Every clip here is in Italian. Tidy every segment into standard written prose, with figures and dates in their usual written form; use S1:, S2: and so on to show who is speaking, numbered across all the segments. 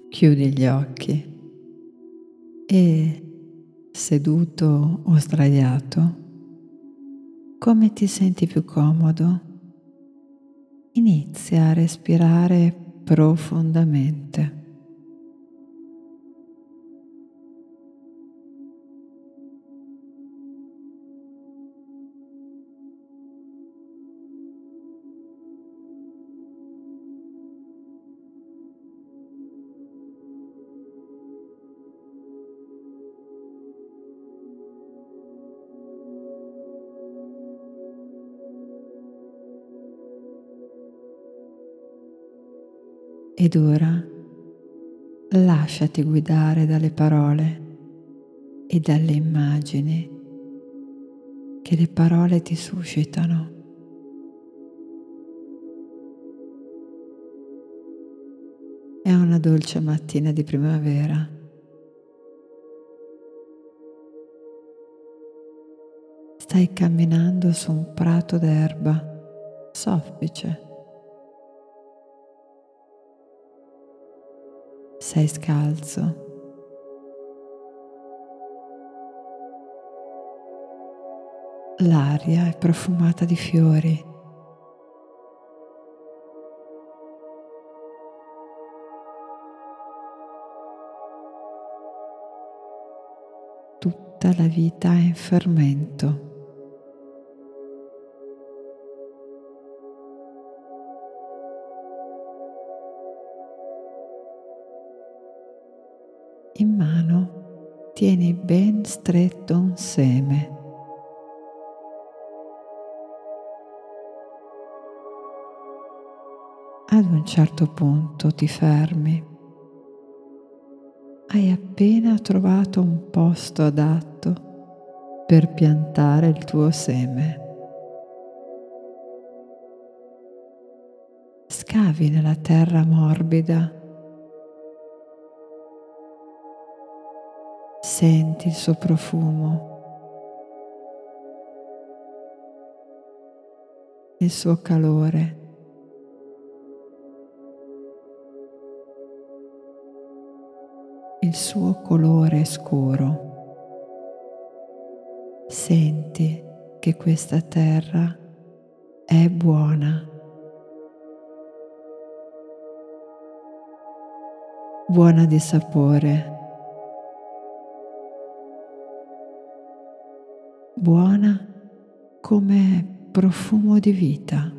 S1: Chiudi gli occhi e, seduto o sdraiato, come ti senti più comodo, inizia a respirare profondamente. Ed ora lasciati guidare dalle parole e dalle immagini che le parole ti suscitano. È una dolce mattina di primavera. Stai camminando su un prato d'erba soffice. Sei scalzo. L'aria è profumata di fiori. Tutta la vita è in fermento. In mano tieni ben stretto un seme. Ad un certo punto ti fermi. Hai appena trovato un posto adatto per piantare il tuo seme. Scavi nella terra morbida. Senti il suo profumo, il suo calore. Il suo colore scuro. Senti che questa terra è buona, buona di sapore, buona come profumo di vita,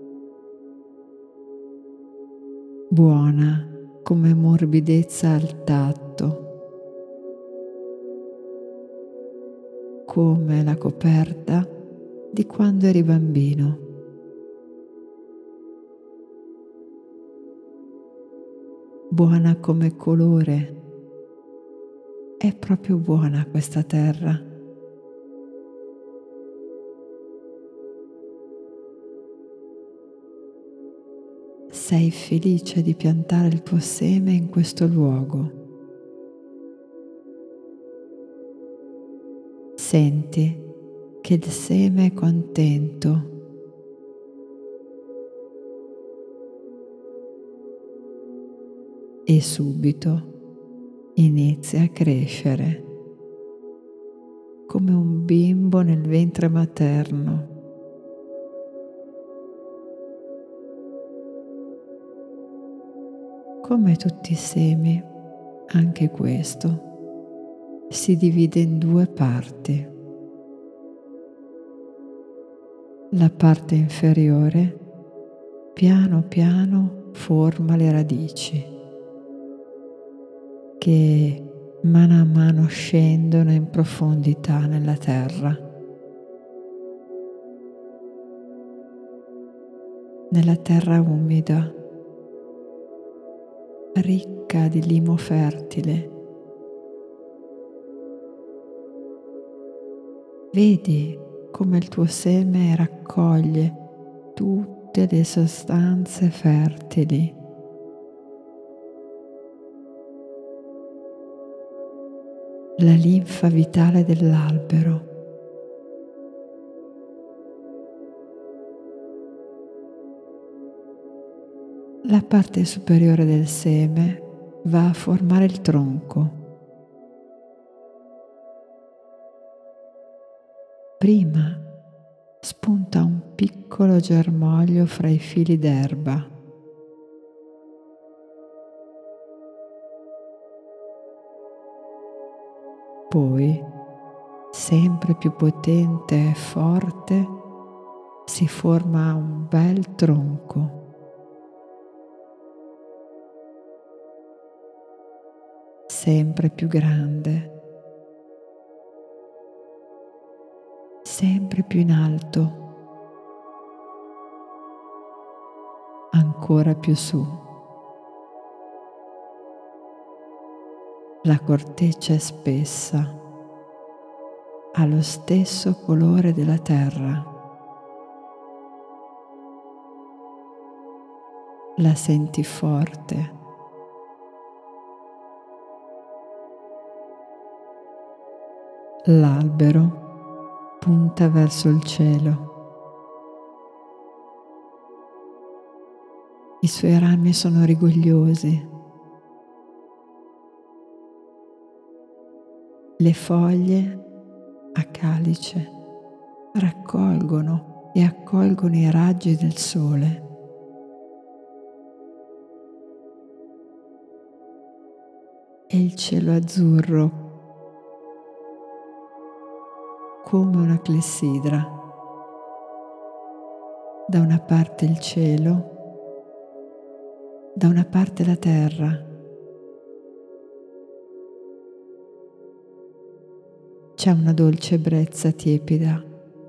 S1: buona come morbidezza al tatto, come la coperta di quando eri bambino. Buona come colore. È proprio buona questa terra. Sei felice di piantare il tuo seme in questo luogo. Senti che il seme è contento. E subito inizia a crescere come un bimbo nel ventre materno. Come tutti i semi, anche questo si divide in due parti. La parte inferiore piano piano forma le radici che mano a mano scendono in profondità nella terra. Nella terra umida, ricca di limo fertile. Vedi come il tuo seme raccoglie tutte le sostanze fertili. La linfa vitale dell'albero. La parte superiore del seme va a formare il tronco. Prima spunta un piccolo germoglio fra i fili d'erba. Poi, sempre più potente e forte, si forma un bel tronco. Sempre più grande, sempre più in alto, ancora più su. La corteccia è spessa, ha lo stesso colore della terra. La senti forte. L'albero punta verso il cielo. I suoi rami sono rigogliosi. Le foglie a calice raccolgono e accolgono i raggi del sole. E il cielo azzurro come una clessidra. Da una parte il cielo, da una parte la terra. C'è una dolce brezza tiepida.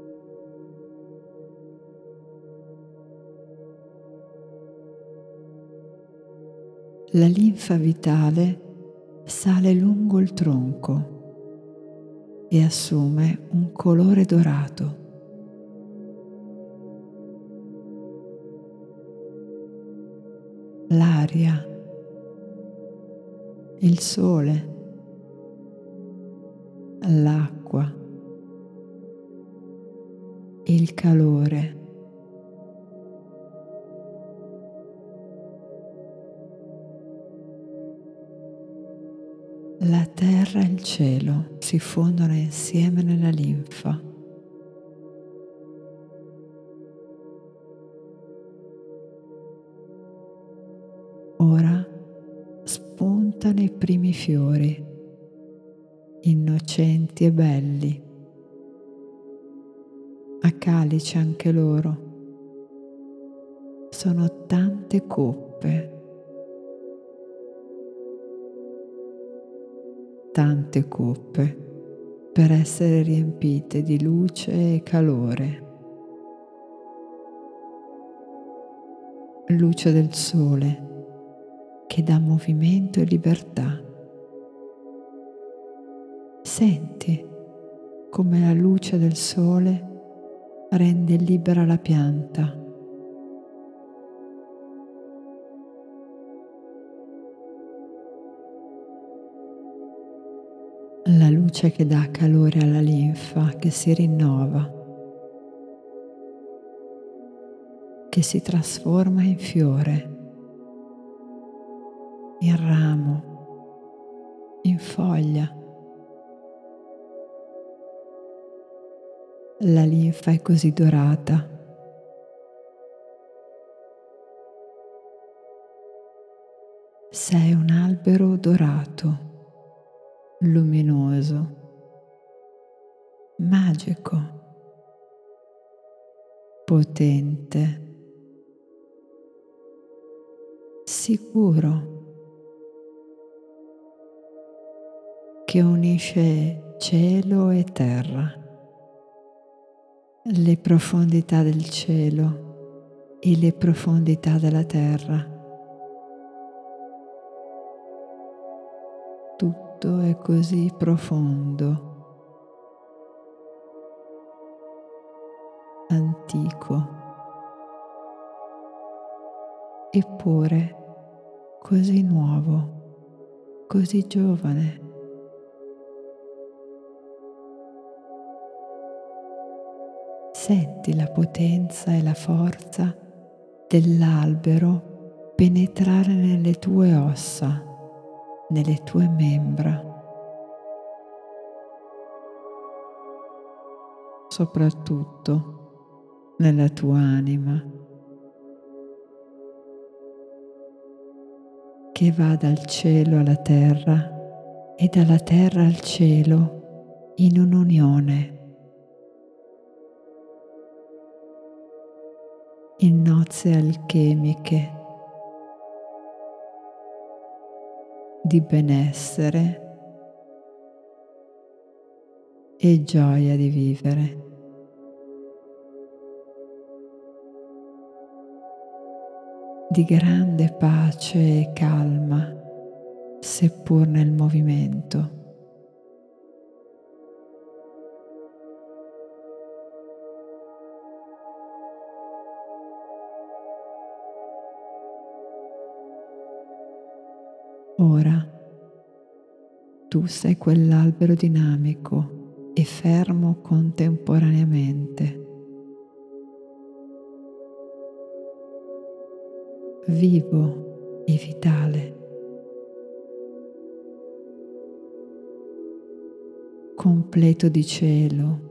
S1: La linfa vitale sale lungo il tronco e assume un colore dorato. L'aria, il sole, l'acqua, il calore. La terra e il cielo si fondono insieme nella linfa. Ora spuntano i primi fiori, innocenti e belli, a calice anche loro. Sono tante coppe per essere riempite di luce e calore. Luce del sole che dà movimento e libertà. Senti come la luce del sole rende libera la pianta. La luce che dà calore alla linfa che si rinnova, che si trasforma in fiore, in ramo, in foglia. La linfa è così dorata. Sei un albero dorato, luminoso, magico, potente, sicuro, che unisce cielo e terra, le profondità del cielo e le profondità della terra. Tutto è così profondo, antico, eppure così nuovo, così giovane. Senti la potenza e la forza dell'albero penetrare nelle tue ossa, nelle tue membra, soprattutto nella tua anima, che va dal cielo alla terra e dalla terra al cielo in un'unione, in nozze alchemiche di benessere e gioia di vivere. Di grande pace e calma, seppur nel movimento. Ora tu sei quell'albero dinamico e fermo contemporaneamente, vivo e vitale, completo di cielo,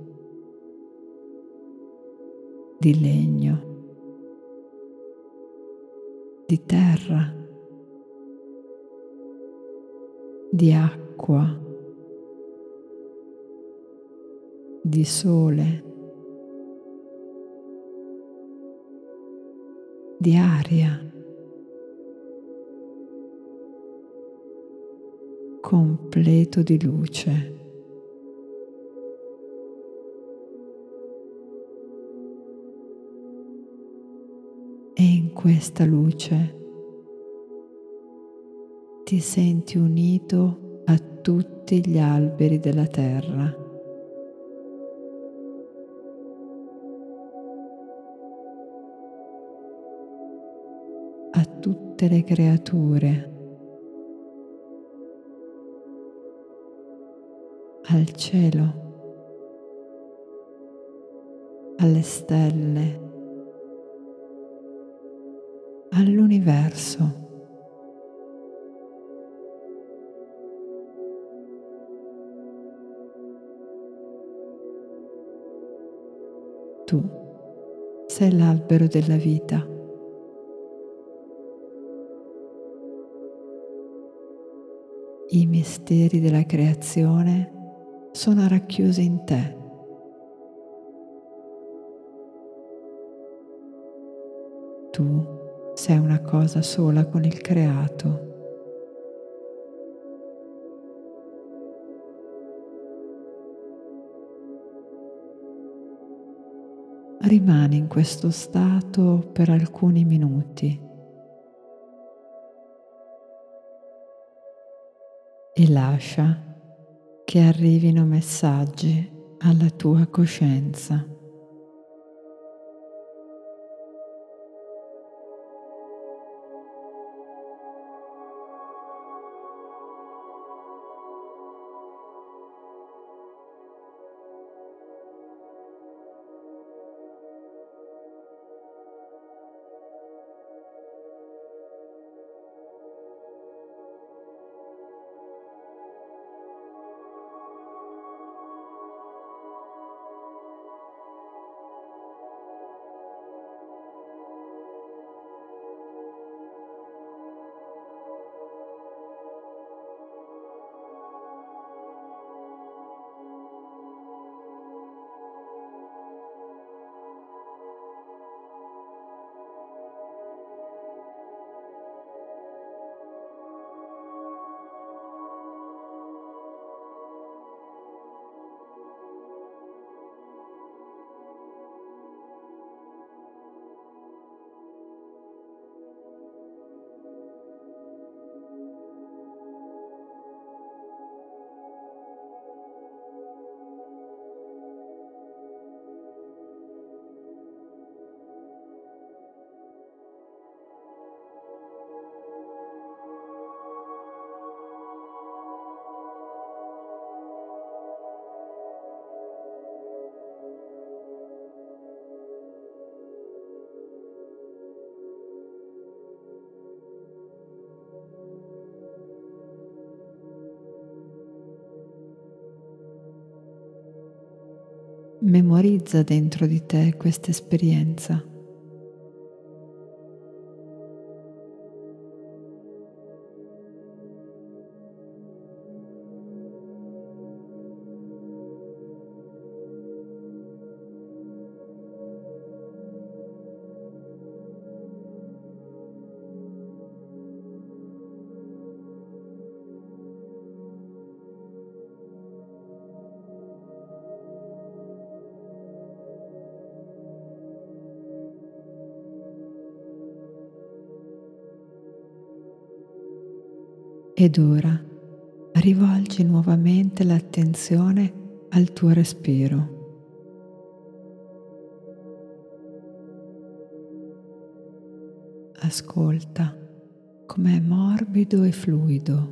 S1: di legno, di terra, di acqua, di sole, di aria, completo di luce. E in questa luce ti senti unito a tutti gli alberi della terra, a tutte le creature, al cielo, alle stelle, all'universo. Tu sei l'albero della vita. I misteri della creazione sono racchiusi in te. Tu sei una cosa sola con il creato. Rimani in questo stato per alcuni minuti e lascia che arrivino messaggi alla tua coscienza. memorizza dentro di te questa esperienza. Ed ora rivolgi nuovamente l'attenzione al tuo respiro. Ascolta com'è morbido e fluido.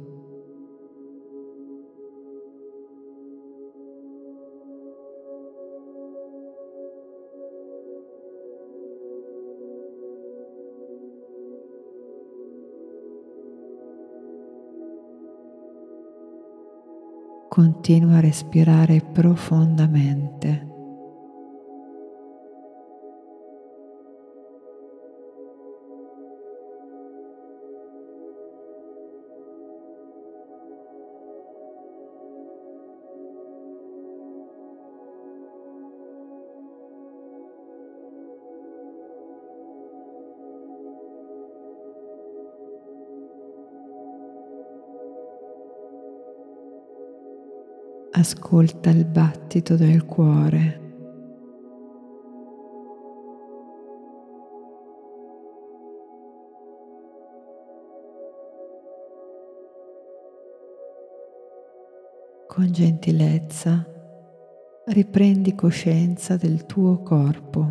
S1: Continua a respirare profondamente. Ascolta il battito del cuore. Con gentilezza riprendi coscienza del tuo corpo,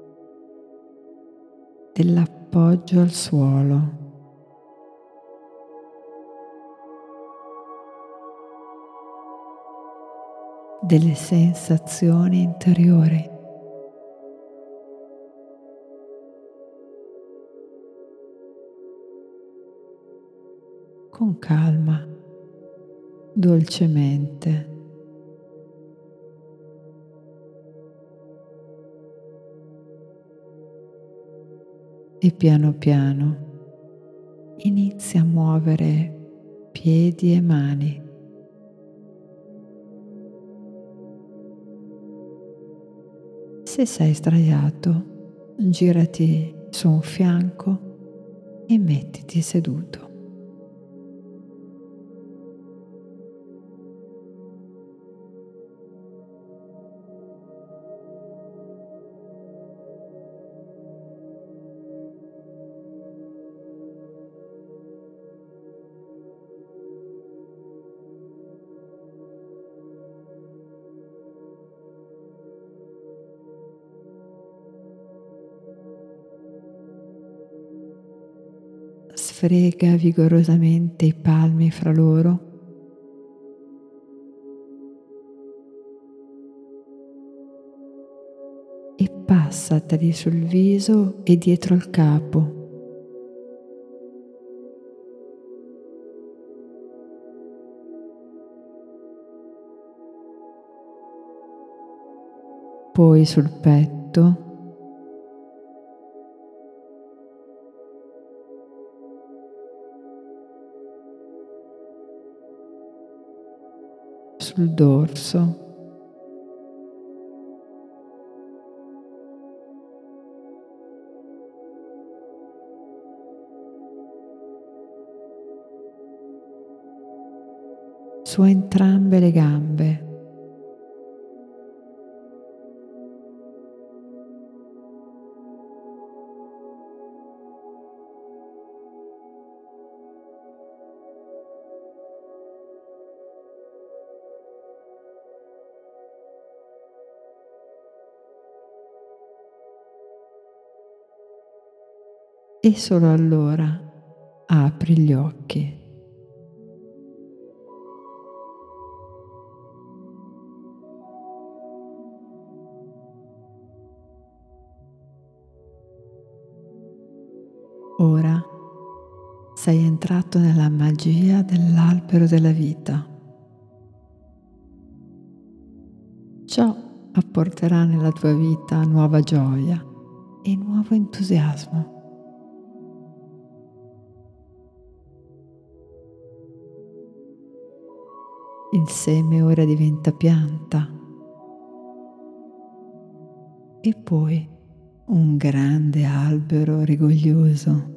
S1: dell'appoggio al suolo. Delle sensazioni interiori. Con calma, dolcemente. E piano piano inizia a muovere piedi e mani. Se sei sdraiato, girati su un fianco e mettiti seduto. Sfrega vigorosamente i palmi fra loro e passateli sul viso e dietro il capo. Poi sul petto, sul dorso, su entrambe le gambe. E solo allora apri gli occhi. Ora sei entrato nella magia dell'albero della vita. Ciò apporterà nella tua vita nuova gioia e nuovo entusiasmo. Il seme ora diventa pianta e poi un grande albero rigoglioso.